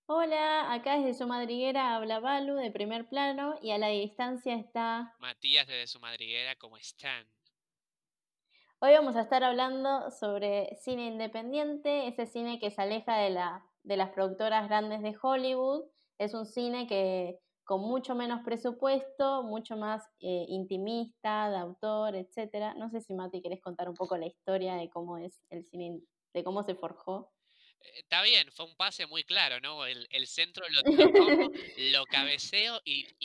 Hola, acá desde su madriguera habla Balu de primer plano y a la distancia está... Matías desde su madriguera, ¿cómo están? Hoy vamos a estar hablando sobre cine independiente, ese cine que se aleja de las productoras grandes de Hollywood. Es un cine que con mucho menos presupuesto, mucho más intimista, de autor, etcétera. No sé si Mati querés contar un poco la historia de cómo es el cine, de cómo se forjó. Está bien, fue un pase muy claro, ¿no? El centro lo tomo, lo cabeceo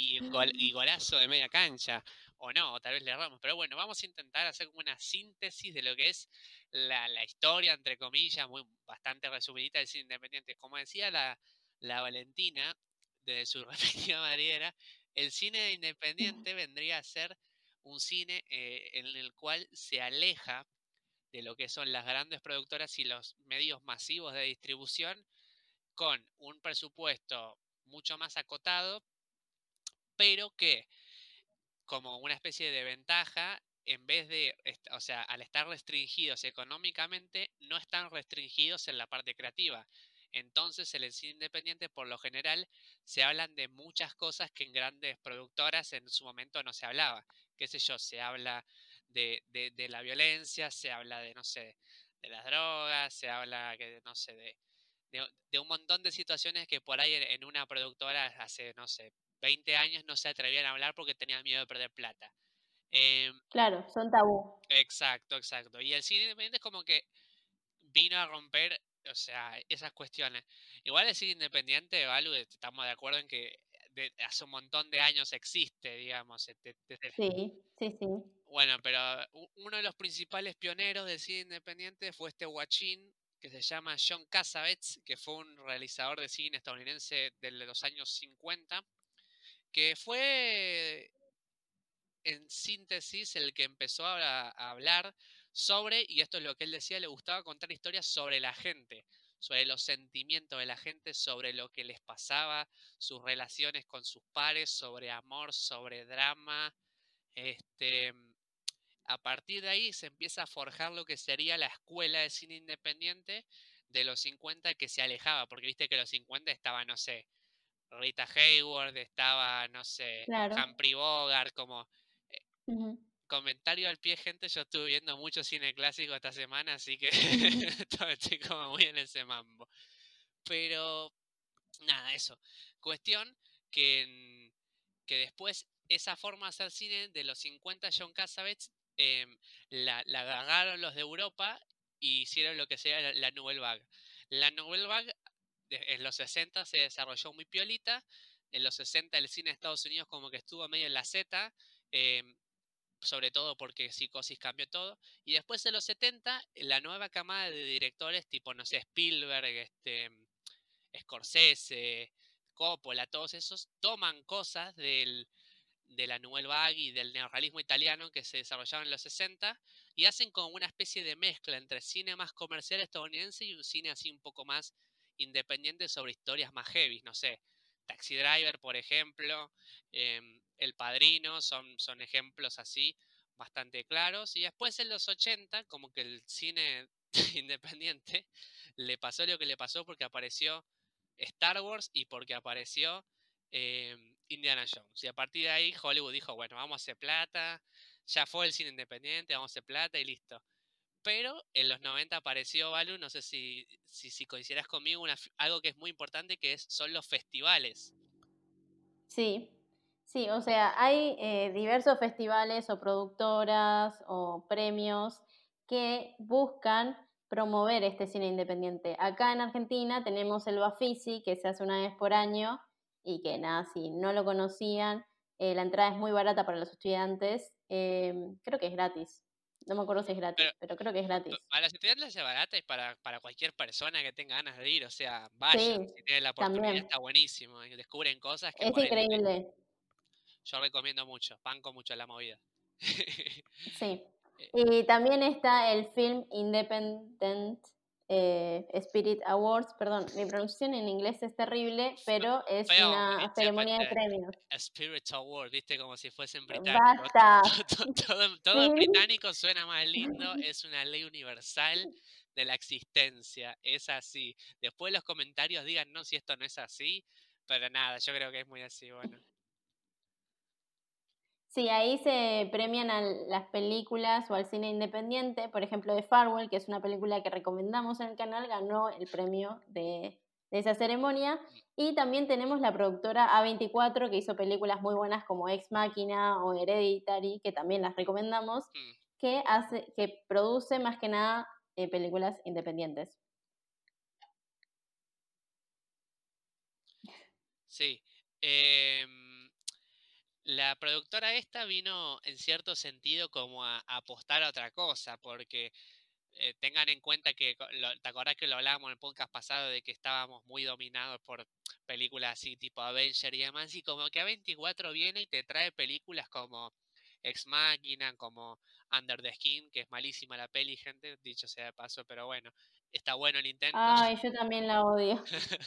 y golazo de media cancha. O no, o tal vez le erramos. Pero bueno, vamos a intentar hacer como una síntesis de lo que es la historia, entre comillas, muy bastante resumidita del cine independiente. Como decía la Valentina, desde su respectiva madriguera, el cine independiente vendría a ser un cine en el cual se aleja de lo que son las grandes productoras y los medios masivos de distribución con un presupuesto mucho más acotado, pero que como una especie de ventaja, en vez de, o sea, al estar restringidos económicamente, no están restringidos en la parte creativa. Entonces, en el cine independiente, por lo general, se hablan de muchas cosas que en grandes productoras en su momento no se hablaba. Qué sé yo, se habla de la violencia, se habla de, no sé, de las drogas, se habla, que, no sé, de un montón de situaciones que por ahí en una productora hace, no sé, 20 años no se atrevían a hablar porque tenían miedo de perder plata. Em, Claro, son tabú. exacto, exacto. Y el cine independiente es como que vino a romper, o sea, esas cuestiones. Igual el cine independiente, Balu, estamos de acuerdo en que hace un montón de años existe, digamos. Sí, sí, sí. Bueno, pero uno de los principales pioneros del cine independiente fue este guachín que se llama John Cassavetes, que fue un realizador de cine estadounidense de los años 50, que fue en síntesis el que empezó a hablar sobre, y esto es lo que él decía, le gustaba contar historias sobre la gente, sobre los sentimientos de la gente, sobre lo que les pasaba, sus relaciones con sus pares, sobre amor, sobre drama. Este, a partir de ahí se empieza a forjar lo que sería la escuela de cine independiente de los 50 que se alejaba, porque viste que los 50 estaba, no sé, Rita Hayworth, estaba, no sé, Claro. Humphrey Bogart, como eh, Ujú. comentario al pie, gente, yo estuve viendo mucho cine clásico esta semana, así que estoy como muy en ese mambo. Pero nada, eso. Cuestión que, que después esa forma de hacer cine de los 50 John Cassavetes la agarraron los de Europa y hicieron lo que sería la Nouvelle Vague. La Nouvelle Vague en los 60 se desarrolló muy piolita. En los 60 el cine de Estados Unidos como que estuvo medio en la Z, sobre todo porque Psicosis cambió todo. Y después en los 70 la nueva camada de directores tipo, no sé, Spielberg, Scorsese, Coppola, todos esos toman cosas de la Nouvelle Vague y del neorrealismo italiano que se desarrollaban en los 60 y hacen como una especie de mezcla entre cine más comercial estadounidense y un cine así un poco más independiente sobre historias más heavy, no sé. Taxi Driver, por ejemplo, El Padrino, son ejemplos así bastante claros. Y después en los 80, como que el cine independiente le pasó lo que le pasó porque apareció Star Wars y porque apareció Indiana Jones. Y a partir de ahí Hollywood dijo, bueno, vamos a hacer plata, ya fue el cine independiente, vamos a hacer plata y listo. Pero en los 90 apareció, Balu, no sé si coincidirás conmigo, algo que es muy importante que son los festivales. Sí, sí, o sea, hay diversos festivales o productoras o premios que buscan promover este cine independiente. Acá en Argentina tenemos el Bafisi, que se hace una vez por año y que nada, si no lo conocían, la entrada es muy barata para los estudiantes. Creo que es gratis. No me acuerdo si es Pero gratis, pero creo que es gratis. para los estudiantes es barata y para cualquier persona que tenga ganas de ir, o sea, vayan, Sí, si tienen la oportunidad también. está buenísimo, y descubren cosas que Es por ahí increíble. yo recomiendo mucho, banco mucho la movida. Sí. Eh, Y también está el Film Independent Spirit Awards, perdón, mi pronunciación en inglés es terrible, fe- pero es Feo, me una viste, ceremonia de frente premios. a Spirit Award, viste, como si fuesen británicos. Basta. Todo en Film. británico suena más lindo, es una ley universal, de la existencia, es así. Después los comentarios digan, no, si esto no es así, pero nada, yo creo que es muy así, bueno. Sí, ahí se premian a las películas o al cine independiente. Por ejemplo, The Farewell, que es una película que recomendamos en el canal, ganó el premio de esa ceremonia. Mm, Y también tenemos la productora A24, que hizo películas muy buenas como Ex Machina o Hereditary, que también las recomendamos, mm, que produce más que nada películas independientes. sí. La productora esta vino en cierto sentido como a apostar a otra cosa, porque tengan en cuenta que, ¿te acordás que lo hablábamos en el podcast pasado de que estábamos muy dominados por películas así tipo Avenger y demás? Y como que A24 viene y te trae películas como Ex Machina, como Under the Skin, que es malísima la peli, gente, dicho sea de paso, pero bueno, está bueno el intento. Ay, yo también la odio.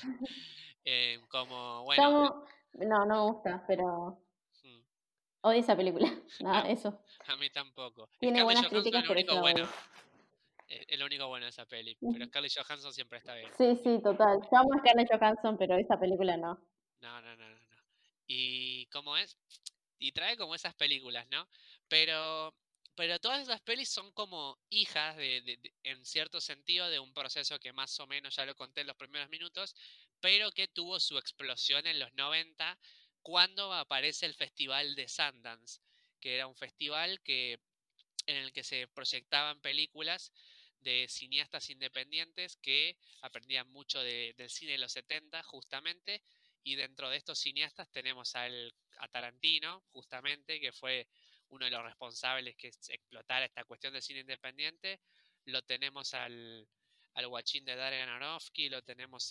Como, bueno, Estamos... No, no me gusta, pero mm, odio esa película. Nada, a, eso. a mí tampoco. Tiene Scarlett buenas Johansson críticas, es lo pero yo único la bueno. odio. Es lo único bueno de esa peli, pero Scarlett Johansson siempre está bien. Sí, sí, total. Yo amo a Scarlett Johansson, pero esa película no. No, no, no, no, no. Y cómo es, y trae como esas películas, ¿no? Pero, pero todas esas pelis son como hijas en cierto sentido, de un proceso que más o menos ya lo conté en los primeros minutos, pero que tuvo su explosión en los 90 cuando aparece el Festival de Sundance, que era un festival en el que se proyectaban películas de cineastas independientes que aprendían mucho del cine de los 70 justamente, y dentro de estos cineastas tenemos a Tarantino, justamente, que fue uno de los responsables que explotara esta cuestión del cine independiente. Lo tenemos al guachín de Darren Aronofsky, lo tenemos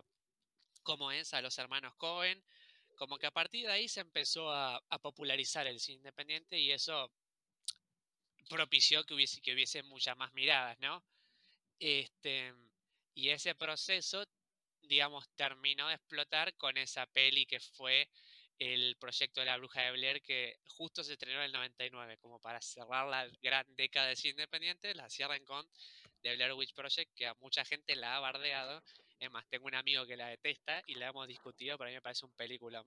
a los hermanos Cohen. Como que a partir de ahí se empezó a popularizar el cine independiente, y eso propició que hubiese muchas más miradas, ¿no? Este, y ese proceso, digamos, terminó de explotar con esa peli que fue el proyecto de la Bruja de Blair, que justo se estrenó en el 99, como para cerrar la gran década de cine independiente, la cierran con The Blair Witch Project, que a mucha gente la ha bardeado. Es más, tengo un amigo que la detesta y la hemos discutido, pero a mí me parece un película.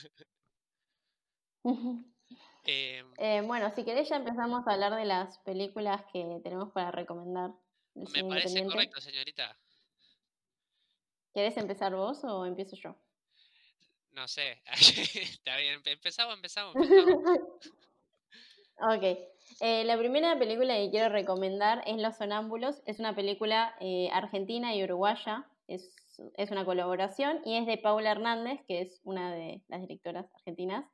eh, Bueno, si querés ya empezamos a hablar de las películas que tenemos para recomendar del Me cine parece independiente. correcto, señorita. ¿Querés empezar vos o empiezo yo? No sé, está bien, empezamos. Ok. La primera película que quiero recomendar es Los Sonámbulos. Es una película argentina y uruguaya. Es una colaboración y es de Paula Hernández, que es una de las directoras argentinas.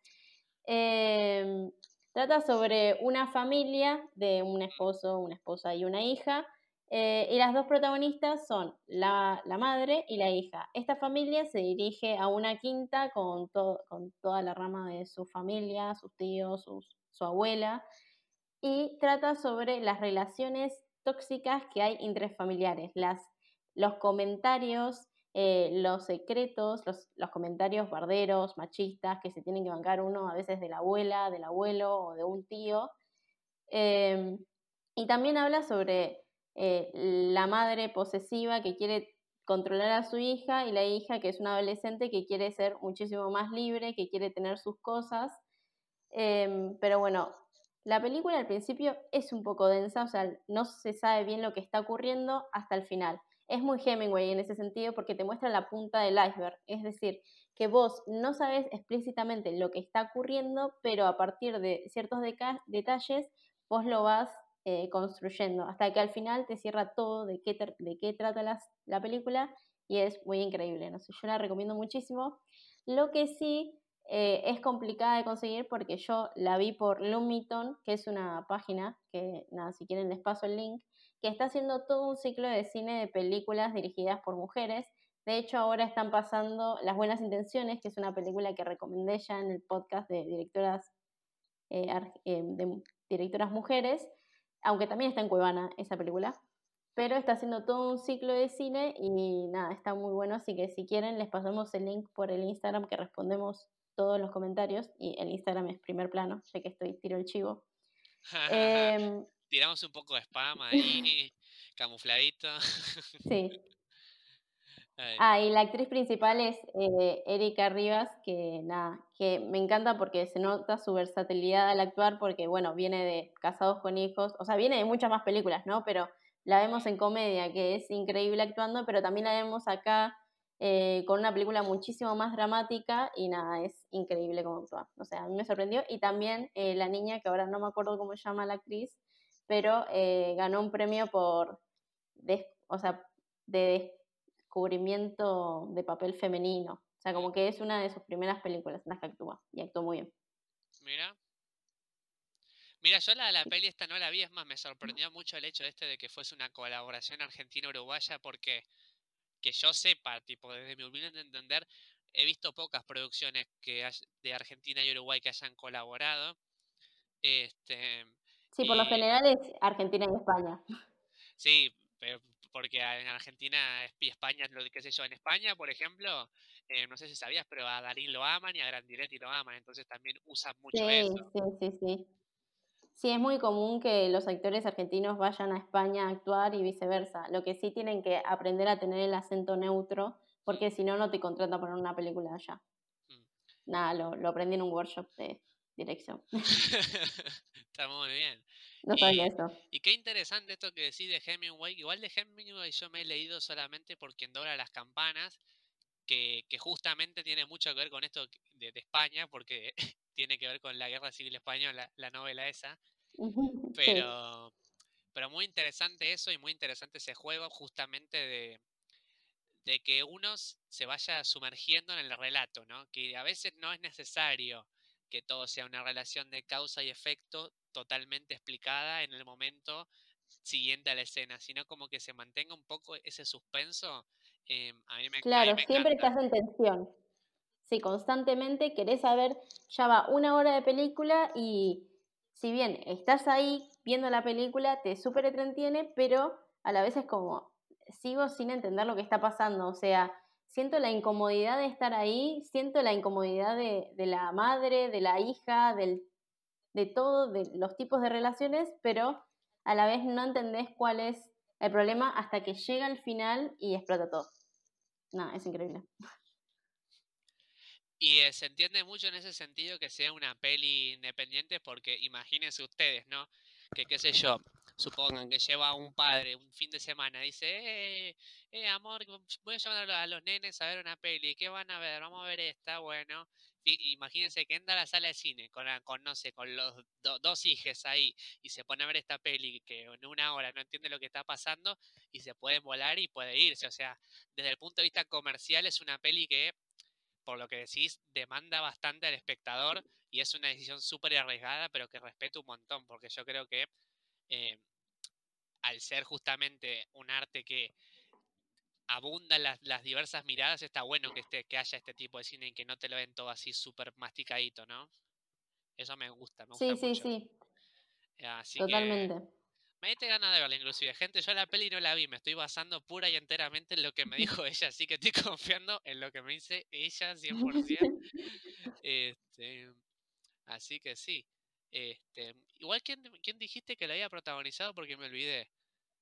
Eh, Trata sobre una familia de un esposo, una esposa y una hija. Y las dos protagonistas son la madre y la hija. Esta familia se dirige a una quinta con toda la rama de su familia, sus tíos, su abuela, y trata sobre las relaciones tóxicas que hay intrafamiliares, los comentarios, los secretos, los comentarios barderos, machistas, que se tienen que bancar uno a veces de la abuela, del abuelo o de un tío. Eh, y también habla sobre la madre posesiva que quiere controlar a su hija y la hija que es una adolescente que quiere ser muchísimo más libre, que quiere tener sus cosas. Pero bueno, la película al principio es un poco densa, o sea, no se sabe bien lo que está ocurriendo hasta el final. Es muy Hemingway en ese sentido porque te muestra la punta del iceberg, es decir, que vos no sabes explícitamente lo que está ocurriendo, pero a partir de ciertos detalles vos lo vas construyendo, hasta que al final te cierra todo de qué trata la película y es muy increíble, no sé, yo la recomiendo muchísimo. Lo que sí es complicada de conseguir porque yo la vi por Lumiton, que es una página que, nada, si quieren les paso el link, que está haciendo todo un ciclo de cine de películas dirigidas por mujeres. De hecho, ahora están pasando Las Buenas Intenciones, que es una película que recomendé ya en el podcast de directoras mujeres, aunque también está en Cuevana esa película, pero está haciendo todo un ciclo de cine y nada, está muy bueno, así que si quieren les pasamos el link por el Instagram que respondemos todos los comentarios y el Instagram es primer plano, ya que tiro el chivo. Eh, Tiramos un poco de spam ahí. camufladito. Sí. Ay, Ah, y la actriz principal es Erika Rivas, que nada, que me encanta porque se nota su versatilidad al actuar, porque bueno, viene de Casados con Hijos, o sea, viene de muchas más películas, ¿no? Pero la vemos en comedia, que es increíble actuando, pero también la vemos acá con una película muchísimo más dramática y nada, es increíble cómo actúa. O sea, a mí me sorprendió. Y también la niña, que ahora no me acuerdo cómo se llama la actriz, pero ganó un premio por, o sea, de descubrimiento de papel femenino. O sea, mm, como que es una de sus primeras películas en las que actúa y actuó muy bien. mira. Mira, yo la peli esta no la vi, es más, me sorprendió mucho el hecho este de que fuese una colaboración argentina-uruguaya, porque que yo sepa, tipo, desde mi opinión de entender, he visto pocas producciones de Argentina y Uruguay que hayan colaborado. Este, Sí, por lo y general es Argentina y España. sí, porque en Argentina y España, lo qué sé yo, en España, por ejemplo, no sé si sabías, pero a Darín lo aman y a Grandinetti lo aman, entonces también usan mucho Sí, eso. sí, sí, sí. Sí, es muy común que los actores argentinos vayan a España a actuar y viceversa. Lo que sí tienen que aprender a tener el acento neutro, Mm, porque si no, no te contratan para una película allá. mm. Nada, lo aprendí en un workshop de dirección. Está muy bien. No sabía Y, eso. y qué interesante esto que decís de Hemingway. Igual de Hemingway yo me he leído solamente por Quien dobla las campanas, que justamente tiene mucho que ver con esto de España, porque tiene que ver con la Guerra Civil Española, la novela esa. Sí, Pero, pero muy interesante eso y muy interesante ese juego justamente de que uno se vaya sumergiendo en el relato, ¿no? Que a veces no es necesario que todo sea una relación de causa y efecto totalmente explicada en el momento siguiente a la escena, sino como que se mantenga un poco ese suspenso. A mí claro, me siempre encanta. estás en tensión. Sí, constantemente querés saber, ya va una hora de película y si bien estás ahí viendo la película, te súper entretiene, pero a la vez es como, sigo sin entender lo que está pasando, o sea, siento la incomodidad de estar ahí, siento la incomodidad de la madre, de la hija, de todo, de los tipos de relaciones, pero a la vez no entendés cuál es el problema hasta que llega el final y explota todo. No, es increíble. Y se entiende mucho en ese sentido que sea una peli independiente porque imagínense ustedes, ¿no? Que qué sé yo, supongan que lleva un padre un fin de semana, dice, amor, voy a llamar a los nenes a ver una peli, ¿qué van a ver? Vamos a ver esta, bueno. Imagínense que entra a la sala de cine con no sé, con los dos hijes ahí y se pone a ver esta peli que en una hora no entiende lo que está pasando y se puede volar y puede irse. O sea, desde el punto de vista comercial es una peli que por lo que decís, demanda bastante al espectador y es una decisión súper arriesgada, pero que respeto un montón, porque yo creo que eh, al ser justamente un arte que abunda las diversas miradas, está bueno que haya este tipo de cine y que no te lo den todo así súper masticadito, ¿no? Eso me gusta Sí, sí, mucho. sí, Así que totalmente. me diste ganas de verla, inclusive. Gente, yo la peli no la vi, me estoy basando pura y enteramente en lo que me dijo ella, así que estoy confiando en lo que me dice ella 100%. Este, Así que sí. Igual, ¿quién dijiste que la había protagonizado? Porque me olvidé.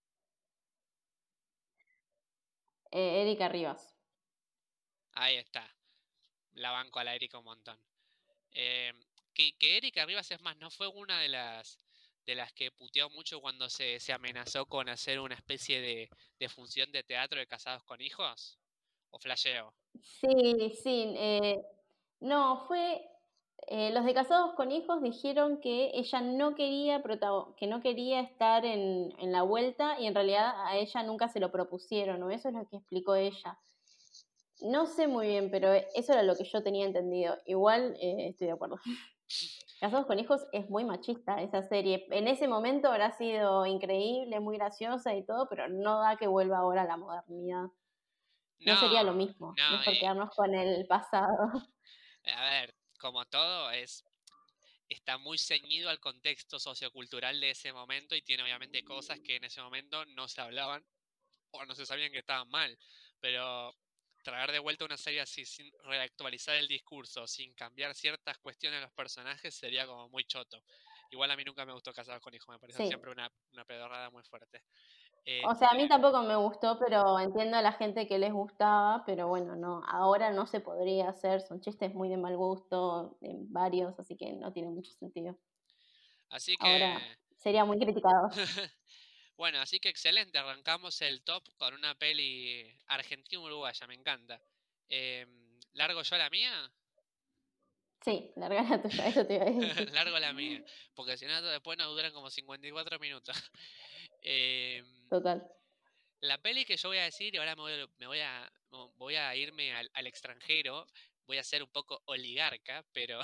Erika Rivas. Ahí está. La banco a la Erika un montón. Eh, que Erika Rivas es más, ¿no fue una de las que puteó mucho cuando se amenazó con hacer una especie de función de teatro de Casados con Hijos? ¿O flasheo? Sí, sí. No, fue. Los de Casados con Hijos dijeron que ella no quería, que no quería estar en la vuelta y en realidad a ella nunca se lo propusieron, ¿no? Eso es lo que explicó ella. No sé muy bien, pero eso era lo que yo tenía entendido. Igual estoy de acuerdo. Casados con Hijos es muy machista esa serie. En ese momento habrá sido increíble, muy graciosa y todo, pero no da que vuelva ahora a la modernidad. No sería lo No, mismo. no, Mejor quedarnos con el pasado. a ver, como todo está muy ceñido al contexto sociocultural de ese momento y tiene obviamente cosas que en ese momento no se hablaban o no se sabían que estaban mal, pero traer de vuelta una serie así sin reactualizar el discurso, sin cambiar ciertas cuestiones de los personajes sería como muy choto. Igual a mí nunca me gustó Casados con Hijos, me pareció Sí, siempre una pedorrada muy fuerte. O sea, a mí tampoco me gustó, pero entiendo a la gente que les gustaba, pero bueno, no, ahora no se podría hacer, son chistes muy de mal gusto, varios, así que no tiene mucho sentido. Así Ahora que, sería muy criticados. bueno, así que excelente, arrancamos el top con una peli argentina-uruguaya, me encanta. ¿Largo yo la mía? Sí, larga la tuya, eso te iba a decir. Largo la mía, porque si no después nos duran como 54 minutos. Em, Total. la peli que yo voy a decir, y ahora voy a irme al extranjero, voy a ser un poco oligarca, pero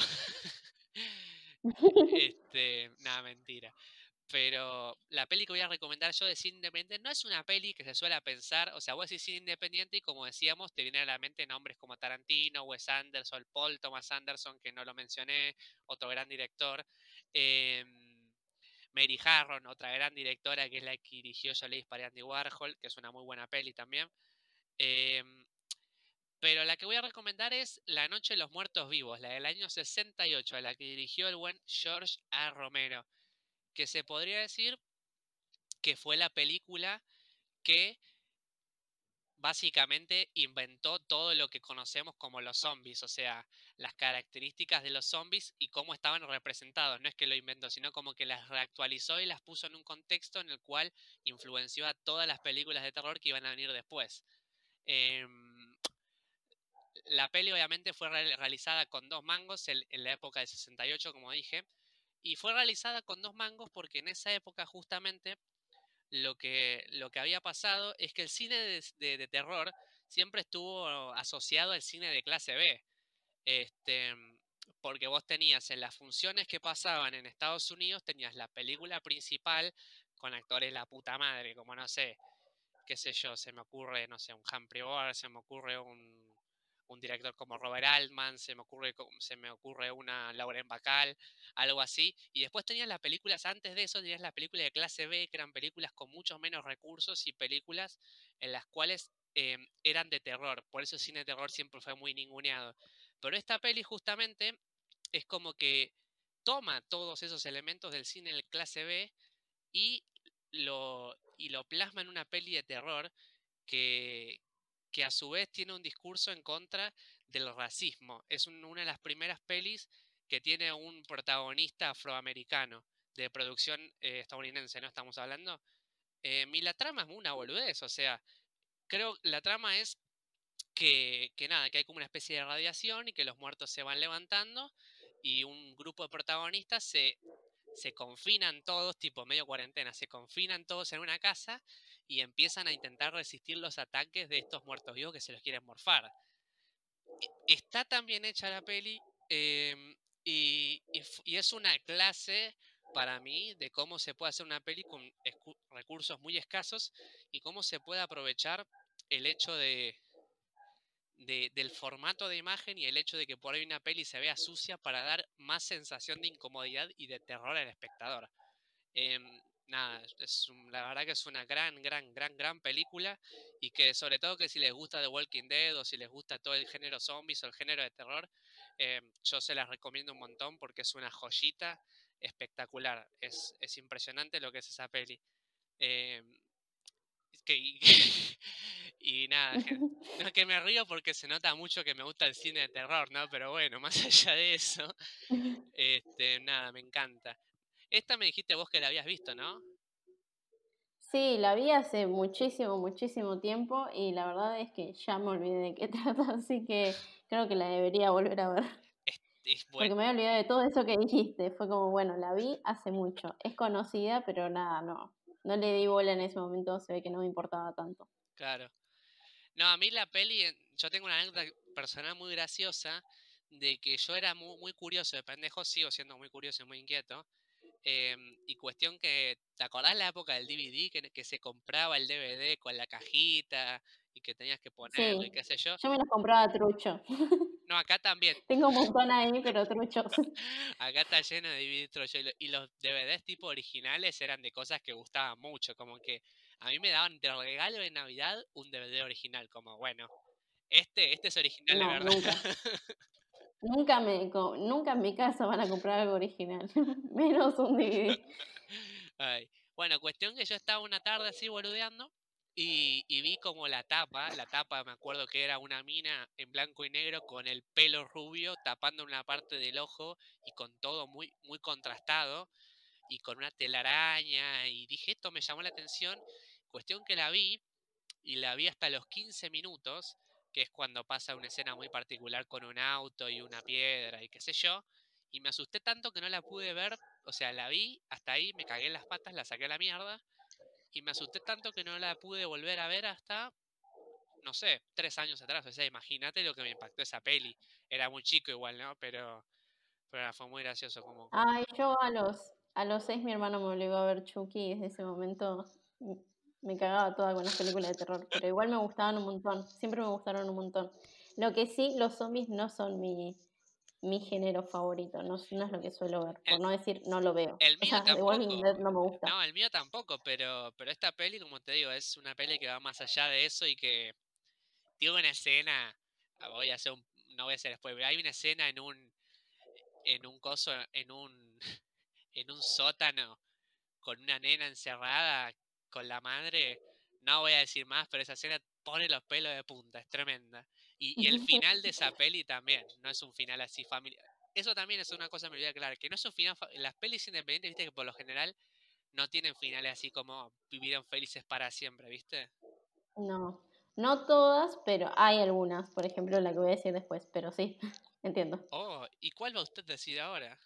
nada, mentira. Pero la peli que voy a recomendar yo de cine independiente no es una peli que se suele pensar, o sea, vos decís cine independiente y como decíamos, te vienen a la mente nombres como Tarantino, Wes Anderson, Paul Thomas Anderson, que no lo mencioné, otro gran director. Mary Harron, otra gran directora que es la que dirigió Yo le disparé a Andy Warhol, que es una muy buena peli también. Em, pero la que voy a recomendar es La Noche de los Muertos Vivos, la del año 68, la que dirigió el buen George A. Romero, que se podría decir que fue la película que básicamente inventó todo lo que conocemos como los zombies, o sea, las características de los zombies y cómo estaban representados. No es que lo inventó, sino como que las reactualizó y las puso en un contexto en el cual influenció a todas las películas de terror que iban a venir después. Em, la peli obviamente fue realizada con 2 mangos en la época del 68, como dije, y fue realizada con 2 mangos porque en esa época justamente lo que había pasado es que el cine de terror siempre estuvo asociado al cine de clase B. Este, porque vos tenías en las funciones que pasaban en Estados Unidos, tenías la película principal con actores la puta madre, como no sé, qué sé yo, se me ocurre, no sé, un Humphrey Bogart, se me ocurre un director como Robert Altman, se me ocurre una Lauren Bacall, algo así. Y después tenías las películas, antes de eso tenías las películas de clase B, que eran películas con muchos menos recursos y películas en las cuales eran de terror. Por eso el cine de terror siempre fue muy ninguneado. Pero esta peli justamente es como que toma todos esos elementos del cine de clase B y lo plasma en una peli de terror que, que a su vez tiene un discurso en contra del racismo. Es una de las primeras pelis que tiene un protagonista afroamericano de producción estadounidense, ¿no? Estamos hablando. Y la trama es una boludez, o sea, creo la trama es que nada, que hay como una especie de radiación y que los muertos se van levantando y un grupo de protagonistas se confinan todos, tipo medio cuarentena, se confinan todos en una casa y empiezan a intentar resistir los ataques de estos muertos vivos que se los quieren morfar. Está tan bien hecha la peli y es una clase para mí de cómo se puede hacer una peli con recursos muy escasos y cómo se puede aprovechar el hecho del formato de imagen y el hecho de que por ahí una peli se vea sucia para dar más sensación de incomodidad y de terror al espectador. Nada, la verdad que es una gran película y que sobre todo que si les gusta The Walking Dead o si les gusta todo el género zombies o el género de terror, yo se las recomiendo un montón porque es una joyita espectacular. Es impresionante lo que es esa peli. Em, y, y nada, no es que me río porque se nota mucho que me gusta el cine de terror, ¿no? Pero bueno, más allá de eso, nada, me encanta. Esta me dijiste vos que la habías visto, ¿no? Sí, la vi hace muchísimo tiempo y la verdad es que ya me olvidé de qué trata, así que creo que la debería volver a ver. Es Porque bueno, me había olvidado de todo eso que dijiste. Fue como, bueno, la vi hace mucho. Es conocida, pero nada, no. No le di bola en ese momento, se ve que no me importaba tanto. claro. No, a mí la peli, yo tengo una anécdota personal muy graciosa de que yo era muy curioso de pendejo, sigo siendo muy curioso y muy inquieto. Y cuestión que, ¿te acordás la época del DVD que se compraba el DVD con la cajita y que tenías que ponerlo y Sí, qué sé yo? yo me los compraba trucho. No, acá también. Tengo un montón ahí, pero truchos. Acá está lleno de DVD trollo y los DVDs tipo originales eran de cosas que gustaban mucho, como que a mí me daban de regalo de Navidad un DVD original, como bueno, este es original de No, verdad. nunca. Nunca en mi casa van a comprar algo original. Menos un DVD. Ay. Bueno, cuestión que yo estaba una tarde así boludeando y vi como la tapa me acuerdo que era una mina en blanco y negro con el pelo rubio tapando una parte del ojo y con todo muy, muy contrastado y con una telaraña y dije, esto me llamó la atención, cuestión que la vi y la vi hasta los 15 minutos, que es cuando pasa una escena muy particular con un auto y una piedra y qué sé yo, y me asusté tanto que no la pude ver, o sea, la vi, hasta ahí me cagué en las patas, la saqué a la mierda, y me asusté tanto que no la pude volver a ver hasta, no sé, 3 años atrás, o sea, imagínate lo que me impactó esa peli, era muy chico igual, ¿no? Pero fue muy gracioso como... Ay, yo a los 6 mi hermano me obligó a ver Chucky y desde ese momento m- me cagaba toda con las películas de terror, pero igual me gustaban un montón, siempre me gustaron un montón. Lo que sí, los zombies no son mi género favorito, no, no es lo que suelo ver, por El, no decir no lo veo. el O mío sea, The Walking tampoco. Dead no me gusta. No, el mío tampoco, pero esta peli, como te digo, es una peli que va más allá de eso y que tiene una escena, voy a hacer no voy a hacer después, pero hay una escena en un coso, en un sótano con una nena encerrada con la madre, no voy a decir más, pero esa escena pone los pelos de punta, es tremenda. Y el final de esa peli también, no es un final así familiar. Eso también es una cosa me olvidé aclarar, que no es un final, las pelis independientes, viste que por lo general no tienen finales así como vivieron felices para siempre, ¿viste? No, no todas, pero hay algunas, por ejemplo, la que voy a decir después, pero sí, entiendo. Oh, ¿y cuál va usted a decir ahora?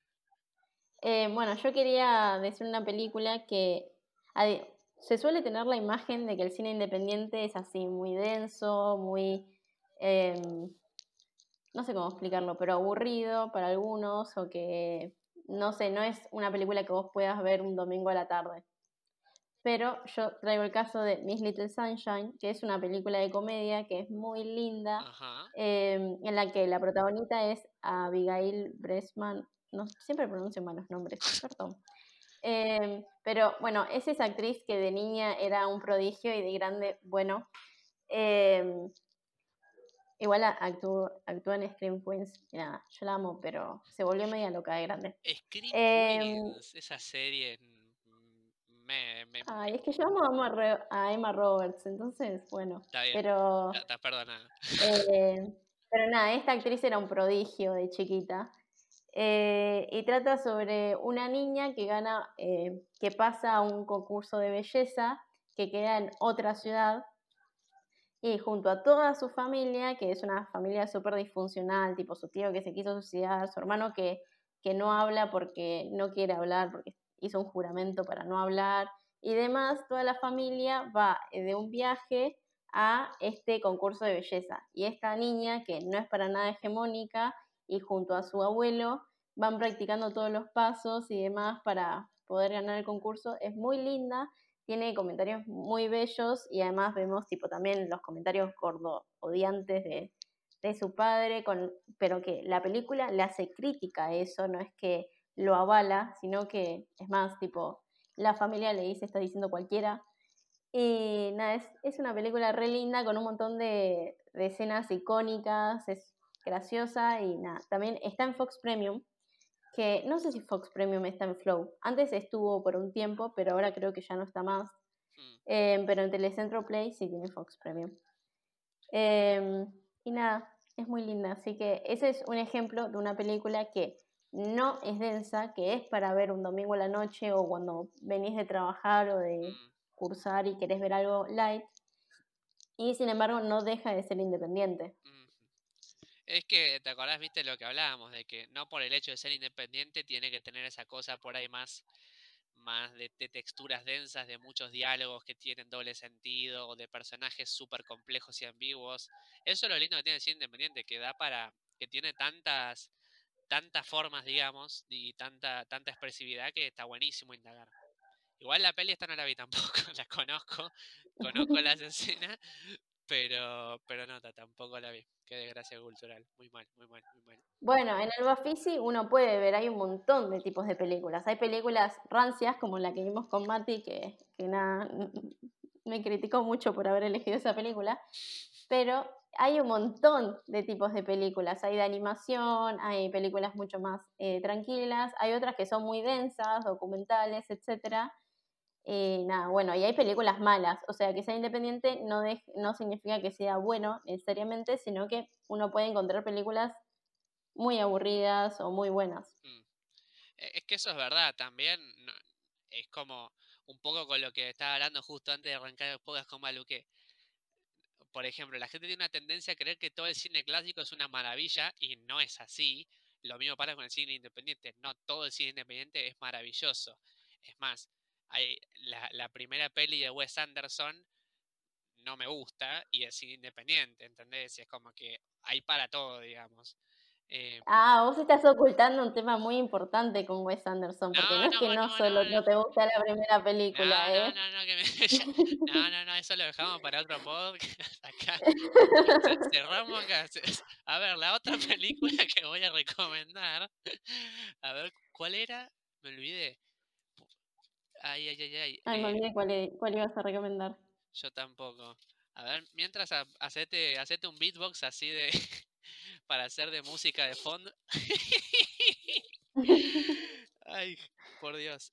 Bueno, yo quería decir una película que adi- se suele tener la imagen de que el cine independiente es así, muy denso, muy, em, no sé cómo explicarlo, pero aburrido para algunos, o que, no sé, no es una película que vos puedas ver un domingo a la tarde. Pero yo traigo el caso de Miss Little Sunshine, que es una película de comedia que es muy linda, Ajá. en la que la protagonista es Abigail Breslin, no, siempre pronuncio malos nombres, perdón. Pero bueno, es esa actriz que de niña era un prodigio y de grande, bueno, eh, igual actúa en Scream Queens, y nada, yo la amo, pero se volvió media loca de grande. Scream Eh, Queens, esa serie Ay, es que yo amo a Emma Roberts, entonces, bueno, está bien, pero, está perdonada. eh, pero nada, esta actriz era un prodigio de chiquita. Y trata sobre una niña que gana, que pasa a un concurso de belleza que queda en otra ciudad y junto a toda su familia, que es una familia súper disfuncional, tipo su tío que se quiso suicidar, su hermano que no habla porque no quiere hablar, porque hizo un juramento para no hablar, y demás, toda la familia va de un viaje a este concurso de belleza. Y esta niña, que no es para nada hegemónica, y junto a su abuelo, van practicando todos los pasos y demás para poder ganar el concurso, es muy linda, tiene comentarios muy bellos y además vemos tipo también los comentarios gordo odiantes de su padre, pero que la película le hace crítica a eso, no es que lo avala, sino que es más tipo, la familia le dice, está diciendo cualquiera. Y nada, es una película re linda con un montón de escenas icónicas, es graciosa y nada, también está en Fox Premium, que no sé si Fox Premium está en Flow. Antes estuvo por un tiempo, pero ahora creo que ya no está más. Mm, Pero en Telecentro Play sí tiene Fox Premium. Eh, y nada, es muy linda. Así que ese es un ejemplo de una película que no es densa, que es para ver un domingo a la noche o cuando venís de trabajar o de mm, cursar y querés ver algo light. Y sin embargo no deja de ser independiente. mm. Es que, ¿te acordás, viste lo que hablábamos? De que no por el hecho de ser independiente tiene que tener esa cosa por ahí más de texturas densas, de muchos diálogos que tienen doble sentido, o de personajes súper complejos y ambiguos. Eso es lo lindo que tiene el cine independiente, que da para, que tiene tantas formas, digamos, y tanta expresividad que está buenísimo indagar. Igual la peli esta no la vi tampoco, la conozco las escenas, pero no, tampoco la vi. Qué desgracia cultural. Muy mal, muy mal, muy mal. Bueno, en el Bafisi uno puede ver, hay un montón de tipos de películas. Hay películas rancias, como la que vimos con Mati, que nada, me criticó mucho por haber elegido esa película, pero hay un montón de tipos de películas. Hay de animación, hay películas mucho más tranquilas, hay otras que son muy densas, documentales, etcétera. Nada, bueno, y hay películas malas, o sea, que sea independiente no significa que sea bueno necesariamente, sino que uno puede encontrar películas muy aburridas o muy buenas. Mm. Es que eso es verdad, también es como un poco con lo que estaba hablando justo antes de arrancar el podcast con Malu, que, por ejemplo, la gente tiene una tendencia a creer que todo el cine clásico es una maravilla y no es así. Lo mismo pasa con el cine independiente. No todo el cine independiente es maravilloso. Es más, la primera peli de Wes Anderson no me gusta y es cine independiente, ¿entendés? Es como que hay para todo, digamos. Eh, Ah, vos estás ocultando un tema muy importante con Wes Anderson, porque no no, es que no, no no, solo no. no te gusta la primera película, No, no, ¿eh? no, no, que me, no, no, no, eso lo dejamos para otro podcast. Acá cerramos acá. A ver, la otra película que voy a recomendar. A ver, ¿cuál era? Me olvidé. Ay, ay, ay, ay. Ay, me olvidé cuál ibas a recomendar. Yo tampoco. A ver, mientras hacete un beatbox así de para hacer de música de fondo. Ay, por Dios.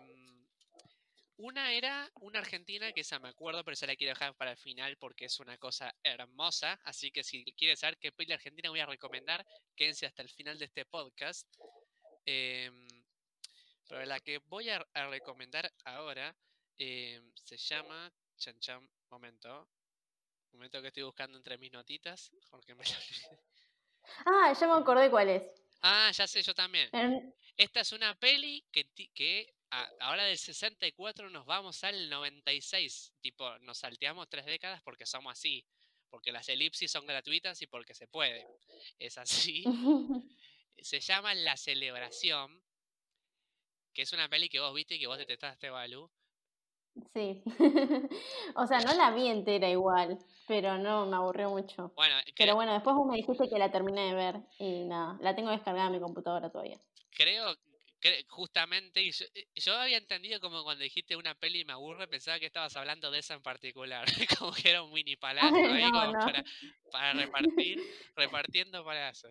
Una era una argentina, que esa me acuerdo, pero esa la quiero dejar para el final porque es una cosa hermosa. Así que si quieres saber qué peli argentina voy a recomendar, quédense hasta el final de este podcast. Em, pero la que voy a recomendar ahora se llama... Chan chan, momento que estoy buscando entre mis notitas, porque me la olvidé. Ah, ya me acordé cuál es. Ah, ya sé, yo también. Em, Esta es una peli que ahora del 64 nos vamos al 96. Tipo, nos salteamos 3 décadas porque somos así. Porque las elipsis son gratuitas y porque se puede. Es así. Se llama La Celebración, que es una peli que vos viste y que vos detestaste, Balu. Sí. O sea, no la vi entera igual, pero no, me aburrió mucho. Bueno, Pero bueno, después vos me dijiste que la terminé de ver y nada, la tengo descargada en mi computadora todavía. creo justamente, y yo había entendido como cuando dijiste una peli y me aburre, pensaba que estabas hablando de esa en particular, como que era un mini palazo ahí No, como no. para repartir, repartiendo palazos.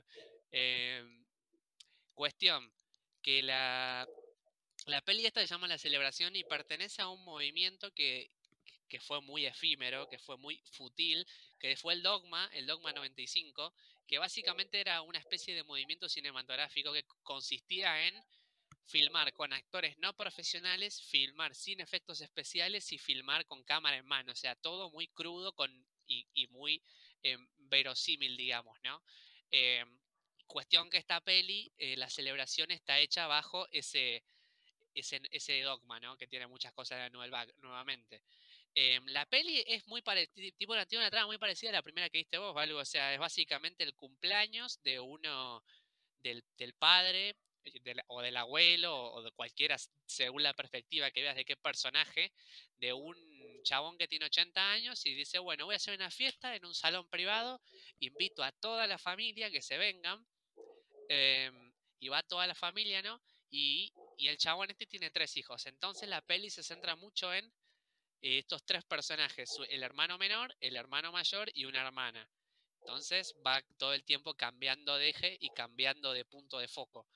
Cuestión, que la peli esta se llama La Celebración y pertenece a un movimiento que fue muy efímero, que fue muy futil, que fue el Dogma 95, que básicamente era una especie de movimiento cinematográfico que consistía en filmar con actores no profesionales, filmar sin efectos especiales y filmar con cámara en mano. O sea, todo muy crudo y muy verosímil, digamos, ¿no? Eh, cuestión que esta peli, la celebración está hecha bajo ese dogma, ¿no? Que tiene muchas cosas de nuevamente. La peli es muy parecida, tiene una trama muy parecida a la primera que viste vos, ¿vale? O sea, es básicamente el cumpleaños de uno del padre o del abuelo o de cualquiera, según la perspectiva que veas de qué personaje, de un chabón que tiene 80 años y dice, bueno, voy a hacer una fiesta en un salón privado, invito a toda la familia que se vengan, y va toda la familia, ¿no? Y el chabón este tiene 3 hijos, entonces la peli se centra mucho en estos 3 personajes, el hermano menor, el hermano mayor y una hermana. Entonces va todo el tiempo cambiando de eje y cambiando de punto de foco.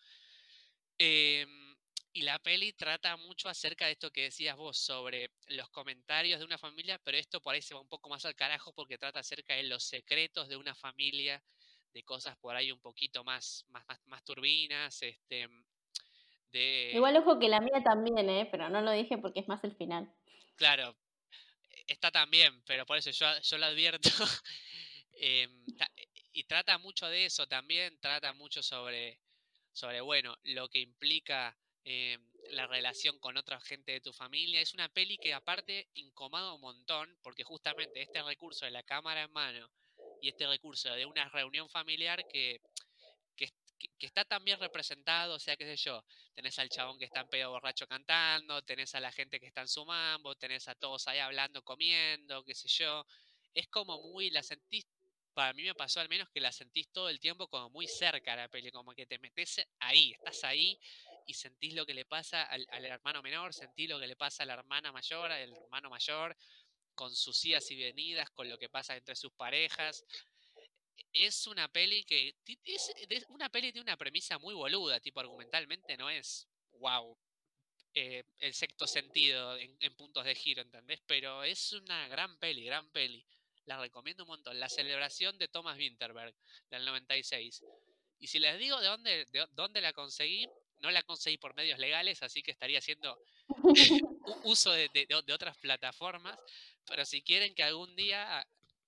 Y la peli trata mucho acerca de esto que decías vos, sobre los comentarios de una familia, pero esto por ahí se va un poco más al carajo porque trata acerca de los secretos de una familia, de cosas por ahí un poquito más turbinas, de... Igual ojo que la mía también, pero no lo dije porque es más el final. Claro, está también, pero por eso yo lo advierto. Y trata mucho de eso también, trata mucho sobre bueno, lo que implica la relación con otra gente de tu familia. Es una peli que aparte incomoda un montón, porque justamente este recurso de la cámara en mano y este recurso de una reunión familiar que está tan bien representado, o sea, qué sé yo, tenés al chabón que está en pedo borracho cantando, tenés a la gente que está en su mambo, tenés a todos ahí hablando, comiendo, qué sé yo. Es como muy, la sentís, para mí me pasó al menos que la sentís todo el tiempo como muy cerca a la peli, como que te metes ahí, estás ahí y sentís lo que le pasa al hermano menor, sentís lo que le pasa a la hermana mayor, al hermano mayor, con sus idas y venidas, con lo que pasa entre sus parejas. Es una peli que una peli tiene una premisa muy boluda, tipo argumentalmente no es wow, el sexto sentido en puntos de giro, ¿entendés? Pero es una gran peli, gran peli. La recomiendo un montón. La celebración de Thomas Vinterberg, del 96. Y si les digo de dónde la conseguí, no la conseguí por medios legales, así que estaría haciendo uso de otras plataformas. Pero si quieren que algún día...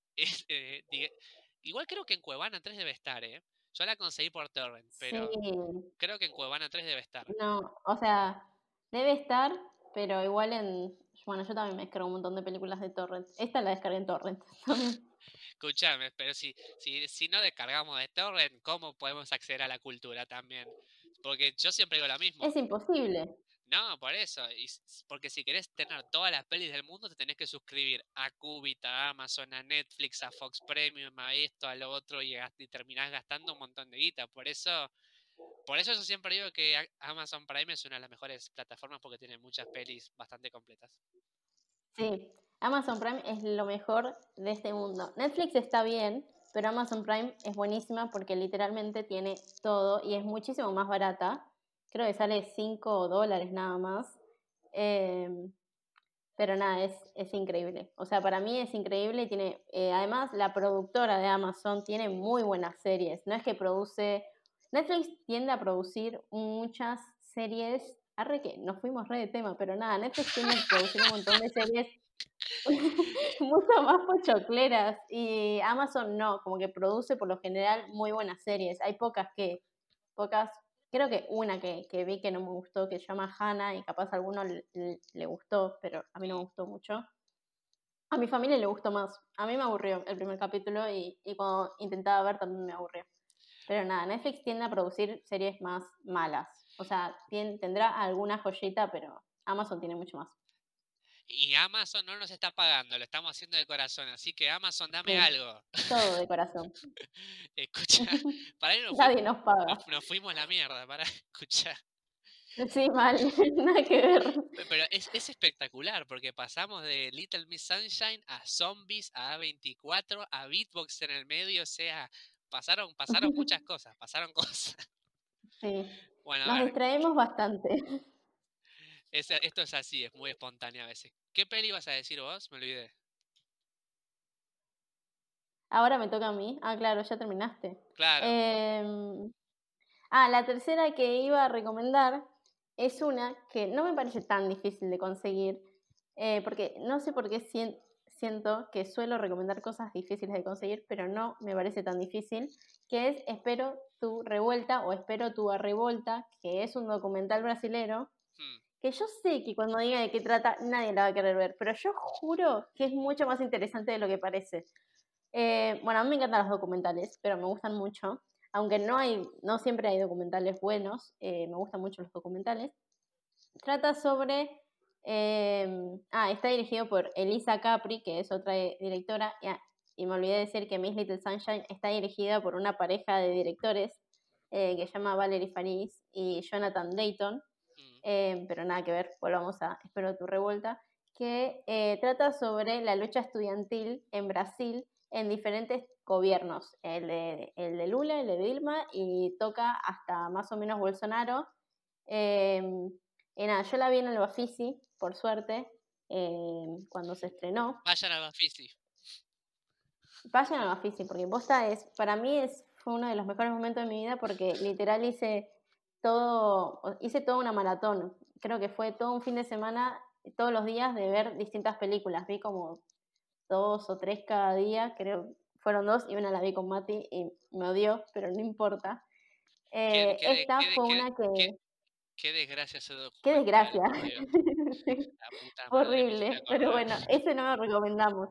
igual creo que en Cuevana 3 debe estar, ¿eh? Yo la conseguí por Torrent, Sí, pero creo que en Cuevana 3 debe estar. no, o sea, debe estar, pero igual en... Bueno, yo también me descargo un montón de películas de Torrent. Esta la descargué en Torrent también. Escúchame, pero si no descargamos de Torrent, ¿cómo podemos acceder a la cultura también? Porque yo siempre digo lo mismo. Es imposible. No, por eso. Porque si querés tener todas las pelis del mundo, te tenés que suscribir a Qubit, a Amazon, a Netflix, a Fox Premium, a esto, a lo otro, y terminás gastando un montón de guita. Por eso yo siempre digo que Amazon Prime es una de las mejores plataformas porque tiene muchas pelis bastante completas. Sí, Amazon Prime es lo mejor de este mundo. Netflix está bien, pero Amazon Prime es buenísima porque literalmente tiene todo y es muchísimo más barata. Creo que sale $5 nada más. Eh, pero nada, es increíble. O sea, para mí es increíble y tiene, además la productora de Amazon tiene muy buenas series. No es que produce, Netflix tiende a producir muchas series, arre que nos fuimos re de tema, pero nada, Netflix tiende a producir un montón de series mucho más pochocleras y Amazon no, como que produce por lo general muy buenas series. Hay pocas, creo que una que vi que no me gustó, que se llama Hannah y capaz a alguno le gustó, pero a mí no me Mm. gustó mucho. A mi familia le gustó más. A mí me aburrió el primer capítulo y cuando intentaba ver también me aburrió. Pero nada, Netflix tiende a producir series más malas. O sea, tendrá alguna joyita, pero Amazon tiene mucho más. Y Amazon no nos está pagando, lo estamos haciendo de corazón. Así que Amazon, dame Sí, algo. todo de corazón. Escucha, para ahí Nadie nos paga. nos fuimos a la mierda, para escuchar. Sí, mal, nada que ver. Pero es espectacular porque pasamos de Little Miss Sunshine a Zombies, a A24, a Beatbox en el medio, o sea, pasaron muchas cosas, pasaron cosas. Sí, Bueno, a nos ver, distraemos bastante. esto es así, es muy espontáneo a veces. ¿Qué peli ibas a decir vos? Me olvidé. Ahora me toca a mí. Ah, claro, ya terminaste. Claro. Em, la tercera que iba a recomendar es una que no me parece tan difícil de conseguir, porque no sé por qué siento que suelo recomendar cosas difíciles de conseguir, pero no me parece tan difícil, que es Espero tu revuelta o Espero tu revolta, que es un documental brasilero, Hmm. que yo sé que cuando diga de qué trata nadie la va a querer ver, pero yo juro que es mucho más interesante de lo que parece. Bueno, a mí me encantan los documentales, pero me gustan mucho. Aunque no siempre hay documentales buenos, me gustan mucho los documentales. Trata sobre. Está dirigido por Elisa Capri, que es otra directora. Y me olvidé de decir que Miss Little Sunshine está dirigida por una pareja de directores que se llama Valerie Faris y Jonathan Dayton. Mm. Pero nada que ver, volvamos a Espero tu revuelta, que trata sobre la lucha estudiantil en Brasil en diferentes gobiernos, el de Lula, el de Dilma, y toca hasta más o menos Bolsonaro. Eh, y nada, yo la vi en el Bafisi, por suerte, cuando se estrenó. Vayan a Bafisi. Vayan al Bafisi, porque posta para mí fue uno de los mejores momentos de mi vida porque literal hice toda una maratón. Creo que fue todo un fin de semana, todos los días de ver distintas películas. Vi como 2 o 3 cada día, creo, fueron 2 y una la vi con Mati y me odió, pero no importa. Esta fue una Qué, que, qué desgracia ese qué documental, desgracia. por Dios. Sí, La puta madre me hiciste horrible, pero acordar. bueno, ese no lo recomendamos.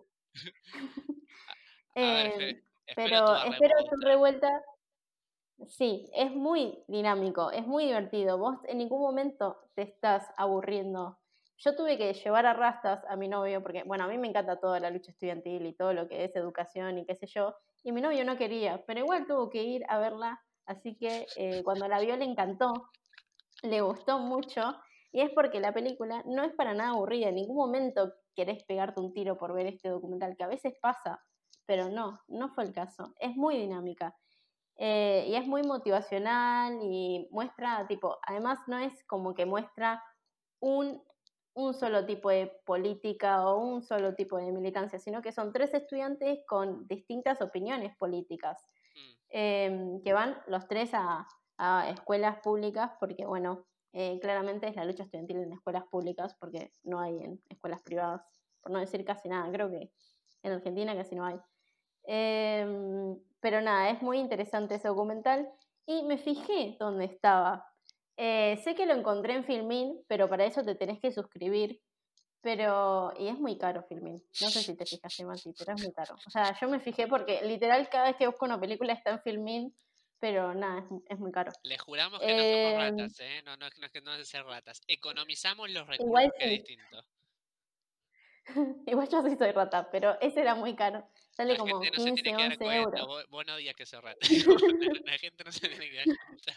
A ver, Eh, espero tu pero espero tu revolta. revuelta. Sí, es muy dinámico, es muy divertido. Vos en ningún momento te estás aburriendo. Yo tuve que llevar a rastas a mi novio, porque, bueno, a mí me encanta toda la lucha estudiantil y todo lo que es educación y qué sé yo, y mi novio no quería, pero igual tuvo que ir a verla, así que cuando la vio le encantó, le gustó mucho, y es porque la película no es para nada aburrida, en ningún momento querés pegarte un tiro por ver este documental, que a veces pasa, pero no fue el caso, es muy dinámica. Y es muy motivacional y muestra, tipo, además no es como que muestra un, un solo tipo de política o un solo tipo de militancia, sino que son 3 estudiantes con distintas opiniones políticas, que van los 3 a escuelas públicas, porque bueno, claramente es la lucha estudiantil en escuelas públicas, porque no hay en escuelas privadas, por no decir casi nada, creo que en Argentina casi no hay. Pero nada, es muy interesante ese documental y me fijé dónde estaba. Sé que lo encontré en Filmin, pero para eso te tenés que suscribir. Y es muy caro Filmin. No sé si te fijaste, Mati, pero es muy caro. O sea, yo me fijé porque literal cada vez que busco una película está en Filmin, pero nada, es muy caro. Le juramos que no somos Eh, ratas, ¿eh? No, no, no es que no es de ser ratas. Economizamos los recursos, igual que es sí, distinto. igual yo sí soy rata, pero ese era muy caro. Sale La gente como no se tiene 15, que dar 11 cuenta. euros. Vos no digas que sos rata. La gente no se tiene que dar cuenta.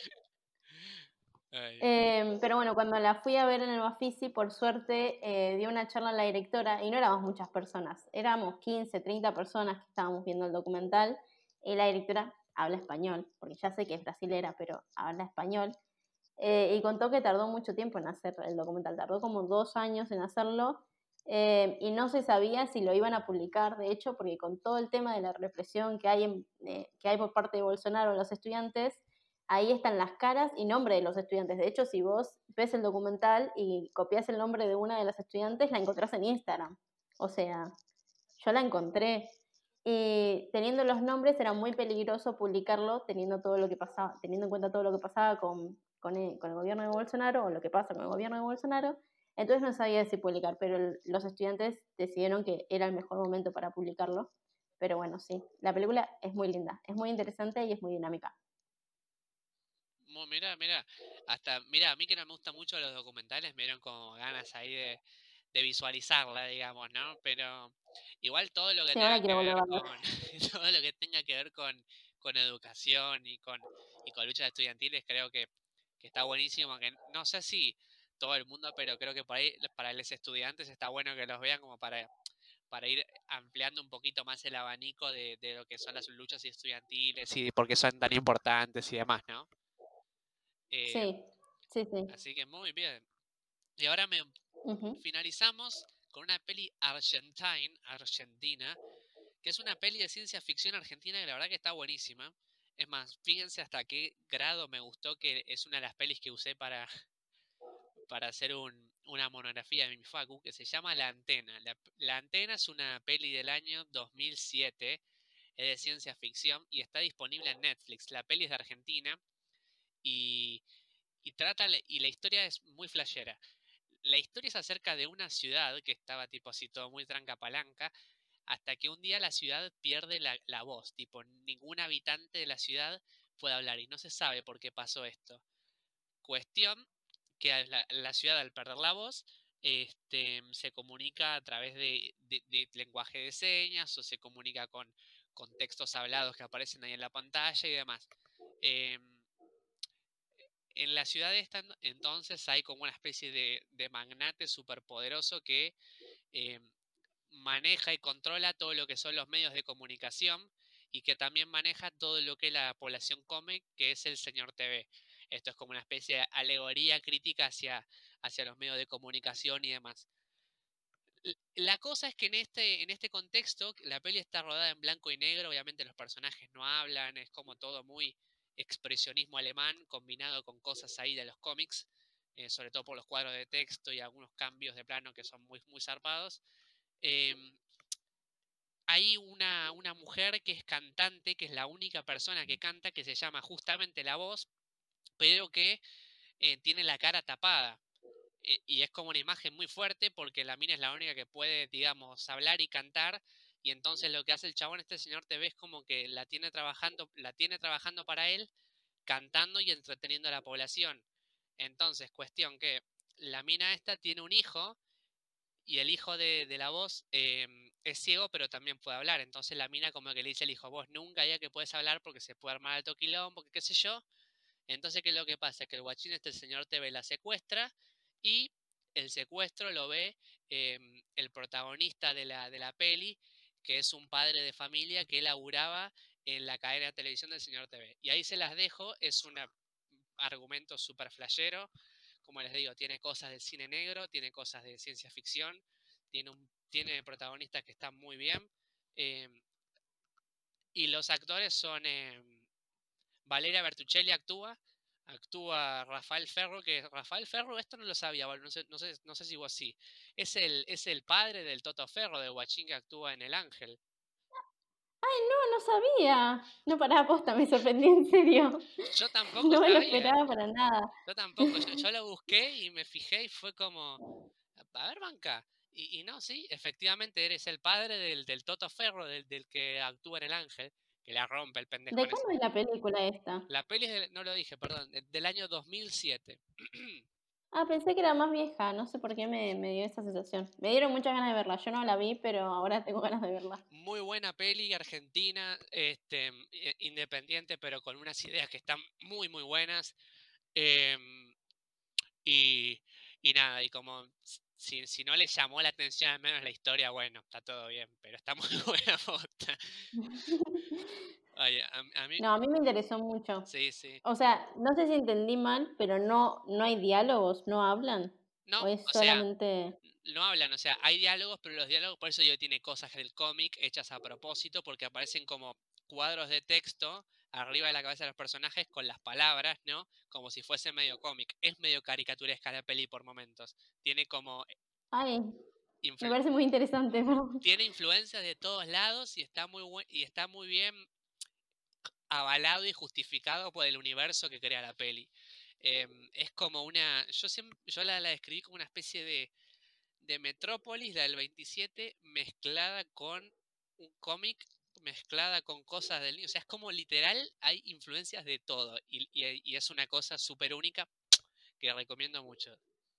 Ay, Dios. Pero bueno, cuando la fui a ver en el Bafisi, por suerte dio una charla a la directora y no éramos muchas personas, éramos 15, 30 personas que estábamos viendo el documental y la directora habla español, porque ya sé que es brasilera, pero habla español. Y contó que tardó mucho tiempo en hacer el documental, tardó como 2 años en hacerlo y no se sabía si lo iban a publicar, de hecho, porque con todo el tema de la represión que hay por parte de Bolsonaro a los estudiantes, ahí están las caras y nombre de los estudiantes. De hecho, si vos ves el documental y copias el nombre de una de las estudiantes, la encontrás en Instagram. O sea, yo la encontré. Y teniendo los nombres era muy peligroso publicarlo teniendo todo lo que pasaba, teniendo en cuenta todo lo que pasaba con el gobierno de Bolsonaro o lo que pasa con el gobierno de Bolsonaro. Entonces no sabía si publicar, pero los estudiantes decidieron que era el mejor momento para publicarlo. Pero bueno, sí, la película es muy linda, es muy interesante y es muy dinámica. Mira, mira, hasta, mira, a mí que no me gustan mucho los documentales, me dieron como ganas ahí de visualizarla, digamos, ¿no? Pero igual todo lo que Sí, tenga ahora que quiero volver ver a verla. con, todo lo que tenga que ver con educación y con luchas estudiantiles, creo que está buenísimo, que no sé si todo el mundo, pero creo que por ahí, para los estudiantes está bueno que los vean como para ir ampliando un poquito más el abanico de lo que son las luchas estudiantiles y por qué son tan importantes y demás, ¿no? Eh, Sí, sí, sí. Así que muy bien. Y ahora Ujú. finalizamos con una peli argentina, que es una peli de ciencia ficción argentina que la verdad que está buenísima. Es más, fíjense hasta qué grado me gustó, que es una de las pelis que usé para hacer una monografía de mi facu, que se llama La Antena. La Antena es una peli del año 2007, es de ciencia ficción y está disponible en Netflix. La peli es de Argentina y, y la historia es muy flashera. La historia es acerca de una ciudad que estaba tipo así todo muy tranca palanca, hasta que un día la ciudad pierde la voz, tipo ningún habitante de la ciudad puede hablar y no se sabe por qué pasó esto. Cuestión que la ciudad al perder la voz se comunica a través de lenguaje de señas o se comunica con textos hablados que aparecen ahí en la pantalla y demás. Em, en la ciudad esta entonces hay como una especie de magnate superpoderoso que eh, maneja y controla todo lo que son los medios de comunicación y que también maneja todo lo que la población come, que es el señor TV. Esto es como una especie de alegoría crítica hacia los medios de comunicación y demás. La cosa es que en este contexto, la peli está rodada en blanco y negro, obviamente los personajes no hablan, es como todo muy expresionismo alemán combinado con cosas ahí de los cómics, sobre todo por los cuadros de texto y algunos cambios de plano que son muy, muy zarpados. Em, Hay una mujer que es cantante, que es la única persona que canta, que se llama justamente La Voz, pero que tiene la cara tapada. Y es como una imagen muy fuerte porque la mina es la única que puede, digamos, hablar y cantar. Y entonces lo que hace el chabón, este señor TV, es como que la tiene trabajando para él, cantando y entreteniendo a la población. Entonces, cuestión que la mina esta tiene un hijo y el hijo de la voz es ciego, pero también puede hablar. Entonces la mina como que le dice al hijo, vos nunca ya que puedes hablar porque se puede armar alto quilombo, porque qué sé yo. Entonces, ¿qué es lo que pasa? Que el guachín el señor TV la secuestra y el secuestro lo ve el protagonista de la peli, que es un padre de familia que laburaba en la cadena de televisión del señor TV. Y ahí se las dejo, es un argumento súper flashero, como les digo, tiene cosas del cine negro, tiene cosas de ciencia ficción, tiene protagonistas que están muy bien. eh, y los actores son Valeria Bertuccelli actúa Rafael Ferro, que Rafael Ferro, esto no lo sabía, no sé si vos sí. Es el padre del Toto Ferro, de Guachín, que actúa en El Ángel. No, no sabía. No, pará, posta, me sorprendí en serio. Yo tampoco No me lo sabía. esperaba para nada. Yo tampoco. Yo lo busqué y me fijé y fue como, a ver, banca. Y no, sí, efectivamente eres el padre del Toto Ferro, del que actúa en El Ángel, que la rompe el pendejo ¿De en ese. cuándo es la película esta? La peli no lo dije, perdón, del año 2007. Ah, pensé que era más vieja, no sé por qué me dio esa sensación. Me dieron muchas ganas de verla, yo no la vi, pero ahora tengo ganas de verla. Muy buena peli, argentina, independiente, pero con unas ideas que están muy, muy buenas. em, y, y nada, y como si no le llamó la atención al menos la historia, bueno, está todo bien, pero está muy buena posta. Oye, a mí, No, a mí me interesó mucho. sí, sí. O sea, no sé si entendí mal, pero no hay diálogos, no hablan. No, ¿O es o sea, solamente...? no hablan, o sea, hay diálogos, pero los diálogos, por eso yo tiene cosas del cómic hechas a propósito, porque aparecen como cuadros de texto arriba de la cabeza de los personajes con las palabras, ¿no? Como si fuese medio cómic. Es medio caricaturesca la peli por momentos. Tiene como Ay, me influ- parece muy interesante. Perdón. tiene influencias de todos lados y y está muy bien avalado y justificado por el universo que crea la peli. Es como una, yo la describí como una especie de Metrópolis, la del 27, mezclada con un cómic, mezclada con cosas del niño. O sea, es como literal, hay influencias de todo. Y es una cosa súper única que recomiendo mucho.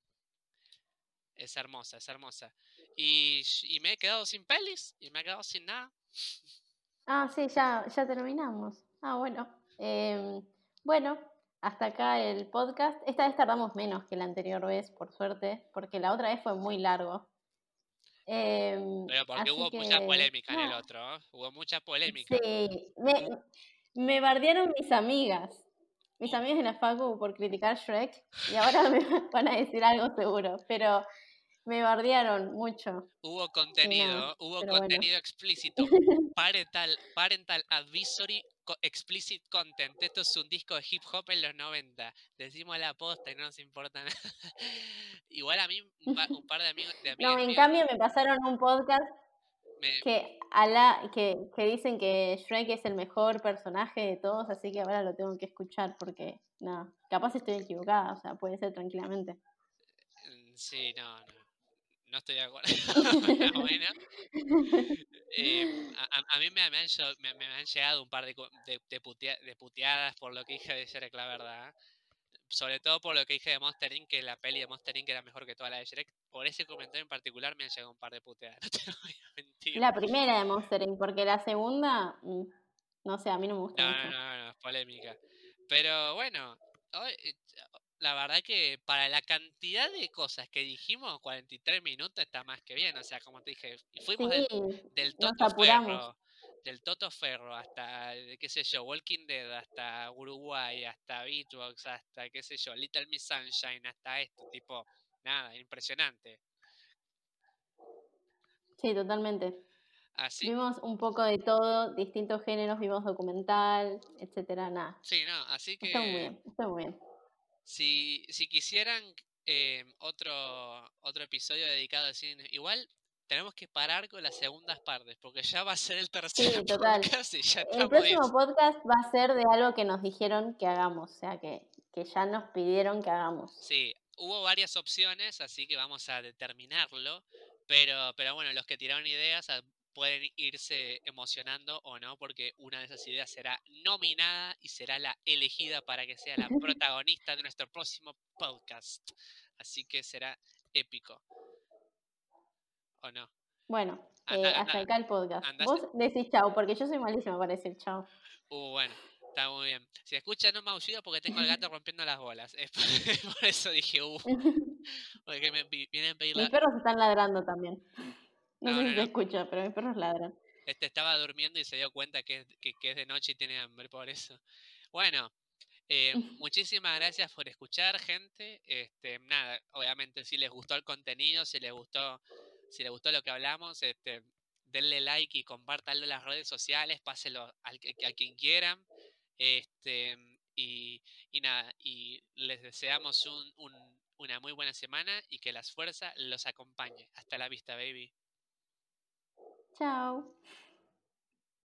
Es hermosa, es hermosa. Y me he quedado sin pelis, y me he quedado sin nada. Ah, sí, ya terminamos. Ah, bueno. Bueno, hasta acá el podcast. Esta vez tardamos menos que la anterior vez, por suerte, porque la otra vez fue muy largo. Pero porque Así hubo mucha que, polémica en el nada, otro, ¿no? Hubo mucha polémica. sí, me bardearon mis amigas. Mis Hu- amigas en la facu por criticar Shrek y ahora me van a decir algo seguro, pero me bardearon mucho y nada, Hubo pero bueno. contenido explícito. Parental Advisory Explicit Content. Esto es un disco de hip hop en los 90. Decimos la posta y no nos importa nada. Igual a mí, un par de amigos, de No, amigas en mías, cambio me pasaron un podcast me, que dicen que Shrek es el mejor personaje de todos, así que ahora lo tengo que escuchar porque, no, capaz estoy equivocada, o sea, puede ser tranquilamente. sí, no estoy de acuerdo. Pero bueno, a mí me han llegado un par de puteadas por lo que dije de Shrek, la verdad. Sobre todo por lo que dije de Monster Inc., que la peli de Monster Inc. era mejor que toda la de Shrek. Por ese comentario en particular me han llegado un par de puteadas, no te lo voy a mentir. La primera de Monster Inc., porque la segunda, no sé, a mí no me gusta mucho. No, es polémica. Pero bueno, hoy, la verdad que para la cantidad de cosas que dijimos, 43 minutos está más que bien. O sea, como te dije, fuimos Sí, del nos Toto apuramos. Ferro, hasta, qué sé yo, Walking Dead, hasta Uruguay, hasta Beatbox, hasta, qué sé yo, Little Miss Sunshine, hasta esto, tipo, nada, impresionante. Sí, totalmente. Así, Vimos un poco de todo, distintos géneros, vimos documental, etcétera, nada. sí, no, así Está muy que bien, está muy bien. si quisieran otro episodio dedicado al cine, igual tenemos que parar con las segundas partes, porque ya va a ser el tercer Sí, total. podcast y ya El estamos próximo podcast va a ser de algo que nos dijeron que hagamos, o sea, que ya nos pidieron que hagamos. Sí, hubo varias opciones, así que vamos a determinarlo, pero bueno, los que tiraron ideas pueden irse emocionando o no, porque una de esas ideas será nominada y será la elegida para que sea la protagonista de nuestro próximo podcast. Así que será épico, ¿o no? Bueno, Anda, hasta anda, acá el podcast. anda. Vos decís chau, porque yo soy malísima para decir chau. Bueno, está muy bien. Si escuchan no maullido porque tengo al gato rompiendo las bolas. Es por eso dije, porque vienen a pedir Mis la... perros están ladrando también. No No, sé no, si se no. escucha, pero mis perros ladran. Estaba durmiendo y se dio cuenta que es de noche y tiene hambre, por eso. Bueno, Muchísimas gracias por escuchar, gente. Nada, obviamente si les gustó el contenido, si les gustó lo que hablamos, denle like y compártanlo en las redes sociales, pásenlo a quien quieran. Este, y, y nada, y les deseamos una muy buena semana y que las fuerzas los acompañe. Hasta la vista, baby. Chao.